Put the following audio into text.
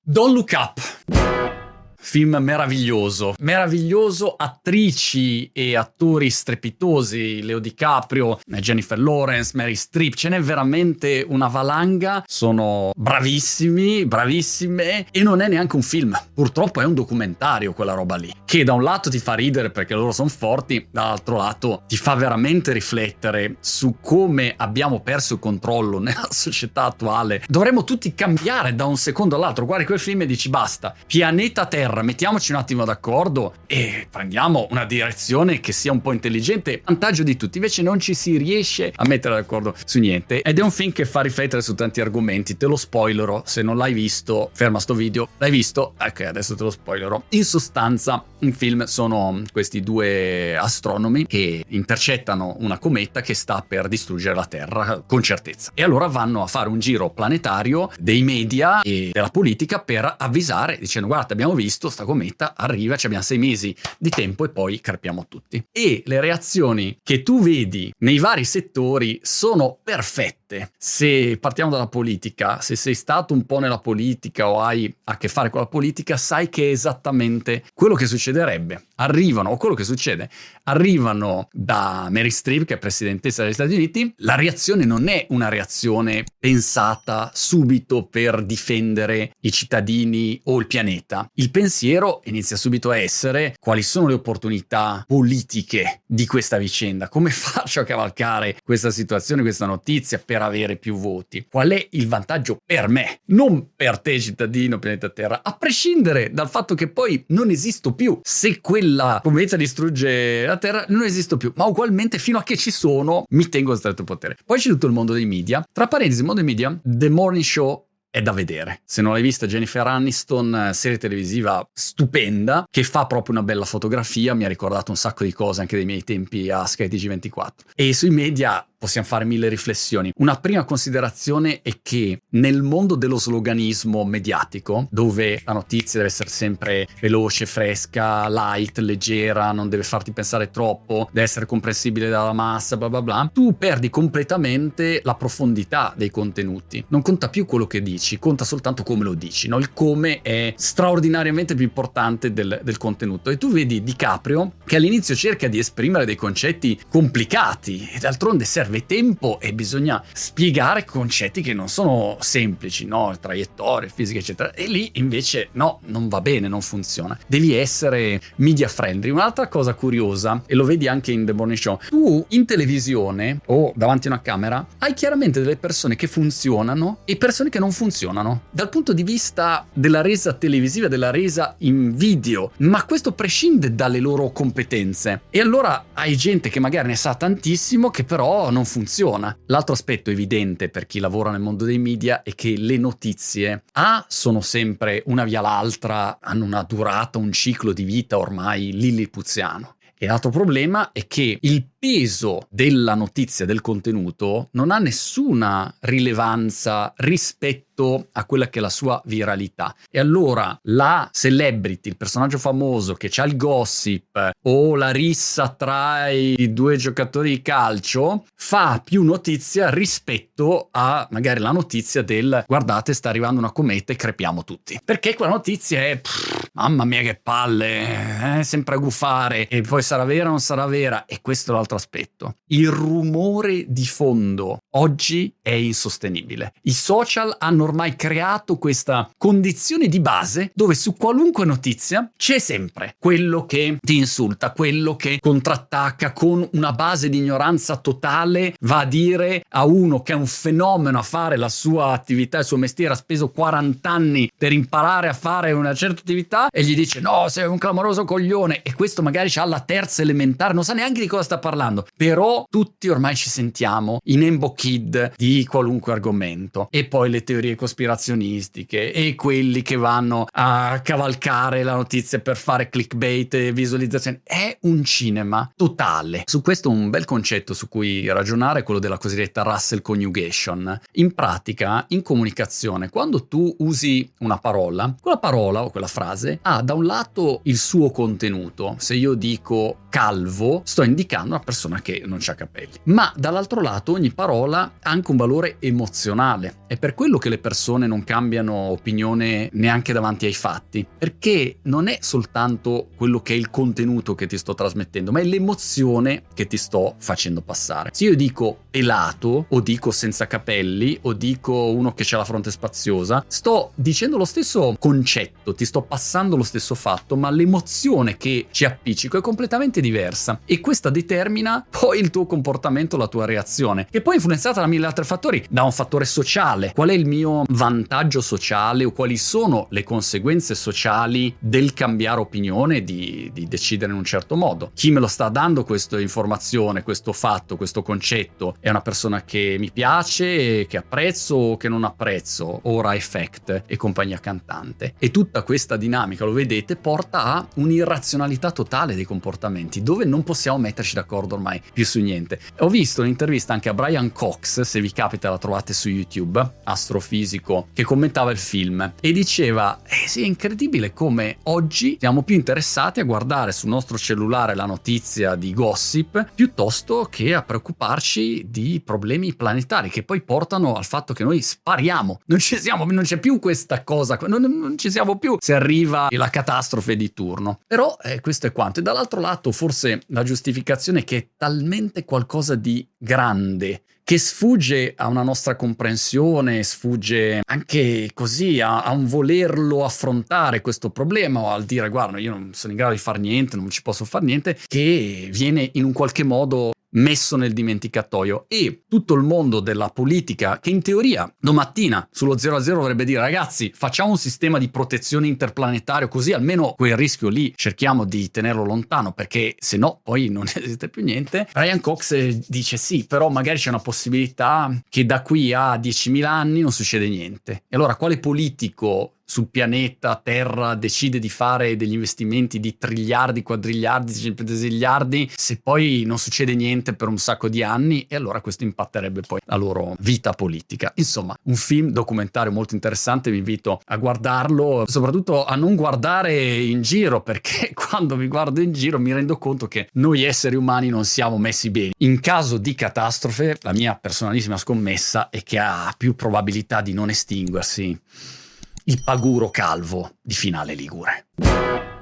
Don't Look Up. Film meraviglioso, attrici e attori strepitosi, Leo DiCaprio, Jennifer Lawrence, Mary Streep, ce n'è veramente una valanga, sono bravissime e non è neanche un film, purtroppo è un documentario quella roba lì, che da un lato ti fa ridere perché loro sono forti, dall'altro lato ti fa veramente riflettere su come abbiamo perso il controllo nella società attuale. Dovremmo tutti cambiare da un secondo all'altro, guardi quel film e dici basta, pianeta Terra, mettiamoci un attimo d'accordo e prendiamo una direzione che sia un po' intelligente, vantaggio di tutti. Invece non ci si riesce a mettere d'accordo su niente ed è un film che fa riflettere su tanti argomenti. Te lo spoilerò, se non l'hai visto ferma sto video. L'hai visto? Ok, adesso te lo spoilerò. In sostanza un film sono questi due astronomi che intercettano una cometa che sta per distruggere la Terra con certezza, e allora vanno a fare un giro planetario dei media e della politica per avvisare dicendo guarda, abbiamo visto sta cometa, arriva, ci abbiamo 6 mesi di tempo e poi crepiamo tutti. E le reazioni che tu vedi nei vari settori sono perfette. Se partiamo dalla politica, se sei stato un po' nella politica o hai a che fare con la politica, sai che è esattamente quello che succederebbe. Arrivano da Mary Streep, che è presidentessa degli Stati Uniti. La reazione non è una reazione pensata subito per difendere i cittadini o il pianeta. Il pensiero inizia subito a essere: quali sono le opportunità politiche di questa vicenda? Come faccio a cavalcare questa situazione, questa notizia per avere più voti? Qual è il vantaggio per me? Non per te cittadino, pianeta Terra, a prescindere dal fatto che poi non esisto più. Se quella cometa distrugge la Terra, non esisto più, ma ugualmente fino a che ci sono mi tengo a stretto potere. Poi c'è tutto il mondo dei media. Tra parentesi, il mondo dei media, The Morning Show è da vedere. Se non l'hai vista, Jennifer Aniston, serie televisiva stupenda, che fa proprio una bella fotografia, mi ha ricordato un sacco di cose anche dei miei tempi a Sky TG24. E sui media possiamo fare 1000 riflessioni. Una prima considerazione è che nel mondo dello sloganismo mediatico, dove la notizia deve essere sempre veloce, fresca, light, leggera, non deve farti pensare troppo, deve essere comprensibile dalla massa, bla bla bla, tu perdi completamente la profondità dei contenuti. Non conta più quello che dici, conta soltanto come lo dici, no? Il come è straordinariamente più importante del contenuto. E tu vedi DiCaprio che all'inizio cerca di esprimere dei concetti complicati e d'altronde serve tempo e bisogna spiegare concetti che non sono semplici, no? Traiettorie, fisica, eccetera. E lì invece no, non va bene, non funziona. Devi essere media friendly. Un'altra cosa curiosa, e lo vedi anche in The Morning Show, tu in televisione o davanti a una camera hai chiaramente delle persone che funzionano e persone che non funzionano dal punto di vista della resa televisiva, della resa in video, ma questo prescinde dalle loro competenze. E allora hai gente che magari ne sa tantissimo che però non funziona. L'altro aspetto evidente per chi lavora nel mondo dei media è che le notizie sono sempre una via l'altra, hanno una durata, un ciclo di vita ormai lillipuziano. E l'altro problema è che il peso della notizia, del contenuto, non ha nessuna rilevanza rispetto a quella che è la sua viralità. E allora la celebrity, il personaggio famoso che c'ha il gossip o la rissa tra i due giocatori di calcio, fa più notizia rispetto a magari la notizia del guardate, sta arrivando una cometa e crepiamo tutti. Perché quella notizia è mamma mia che palle, sempre a gufare, e poi sarà vera o non sarà vera. E questo è l'altro aspetto. Il rumore di fondo oggi è insostenibile. I social hanno ormai creato questa condizione di base dove su qualunque notizia c'è sempre quello che ti insulta, quello che contrattacca con una base di ignoranza totale, va a dire a uno che è un fenomeno a fare la sua attività, il suo mestiere, ha speso 40 anni per imparare a fare una certa attività e gli dice no, sei un clamoroso coglione, e questo magari c'ha la terza elementare, non sa neanche di cosa sta parlando, però tutti ormai ci sentiamo in Embo Kid di qualunque argomento. E poi le teorie cospirazionistiche e quelli che vanno a cavalcare la notizia per fare clickbait e visualizzazioni. È un cinema totale. Su questo un bel concetto su cui ragionare è quello della cosiddetta Russell Conjugation. In pratica, in comunicazione, quando tu usi una parola, quella parola o quella frase ha da un lato il suo contenuto. Se io dico calvo, sto indicando una persona che non ha capelli, ma dall'altro lato ogni parola ha anche un valore emozionale. È per quello che le persone non cambiano opinione neanche davanti ai fatti, perché non è soltanto quello che è il contenuto che ti sto trasmettendo, ma è l'emozione che ti sto facendo passare. Se io dico pelato, o dico senza capelli, o dico uno che c'ha la fronte spaziosa, sto dicendo lo stesso concetto, ti sto passando lo stesso fatto, ma l'emozione che ci appiccico è completamente diversa, e questa determina poi il tuo comportamento, la tua reazione, che poi è influenzata da 1000 altri fattori, da un fattore sociale. Qual è il mio vantaggio sociale, o quali sono le conseguenze sociali del cambiare opinione, di decidere in un certo modo? Chi me lo sta dando questa informazione, questo fatto, questo concetto? È una persona che mi piace, che apprezzo o che non apprezzo? Ora effect e compagnia cantante. E tutta questa dinamica, lo vedete, porta a un'irrazionalità totale dei comportamenti, dove non possiamo metterci d'accordo ormai più su niente. Ho visto un'intervista anche a Brian Cox, se vi capita la trovate su YouTube, astrofisico, che commentava il film e diceva: sì, è incredibile come oggi siamo più interessati a guardare sul nostro cellulare la notizia di gossip piuttosto che a preoccuparci di problemi planetari, che poi portano al fatto che noi spariamo. Non c'è più questa cosa, non ci siamo più se arriva la catastrofe di turno. Però questo è quanto. E dall'altro lato forse la giustificazione, che è talmente qualcosa di grande, che sfugge a una nostra comprensione, sfugge anche così a un volerlo affrontare questo problema, o al dire guarda, io non sono in grado di fare niente, non ci posso fare niente, che viene in un qualche modo messo nel dimenticatoio. E tutto il mondo della politica, che in teoria domattina sullo 0 a 0 dovrebbe dire ragazzi, facciamo un sistema di protezione interplanetario, così almeno quel rischio lì cerchiamo di tenerlo lontano, perché se no poi non esiste più niente. Brian Cox dice sì, però magari c'è una possibilità che da qui a 10.000 anni non succede niente. E allora quale politico sul pianeta Terra decide di fare degli investimenti di triliardi, quadriliardi, centesiliardi se poi non succede niente per un sacco di anni? E allora questo impatterebbe poi la loro vita politica. Insomma, un film documentario molto interessante, vi invito a guardarlo, soprattutto a non guardare in giro, perché quando mi guardo in giro mi rendo conto che noi esseri umani non siamo messi bene. In caso di catastrofe, la mia personalissima scommessa è che ha più probabilità di non estinguersi il paguro calvo di Finale Ligure.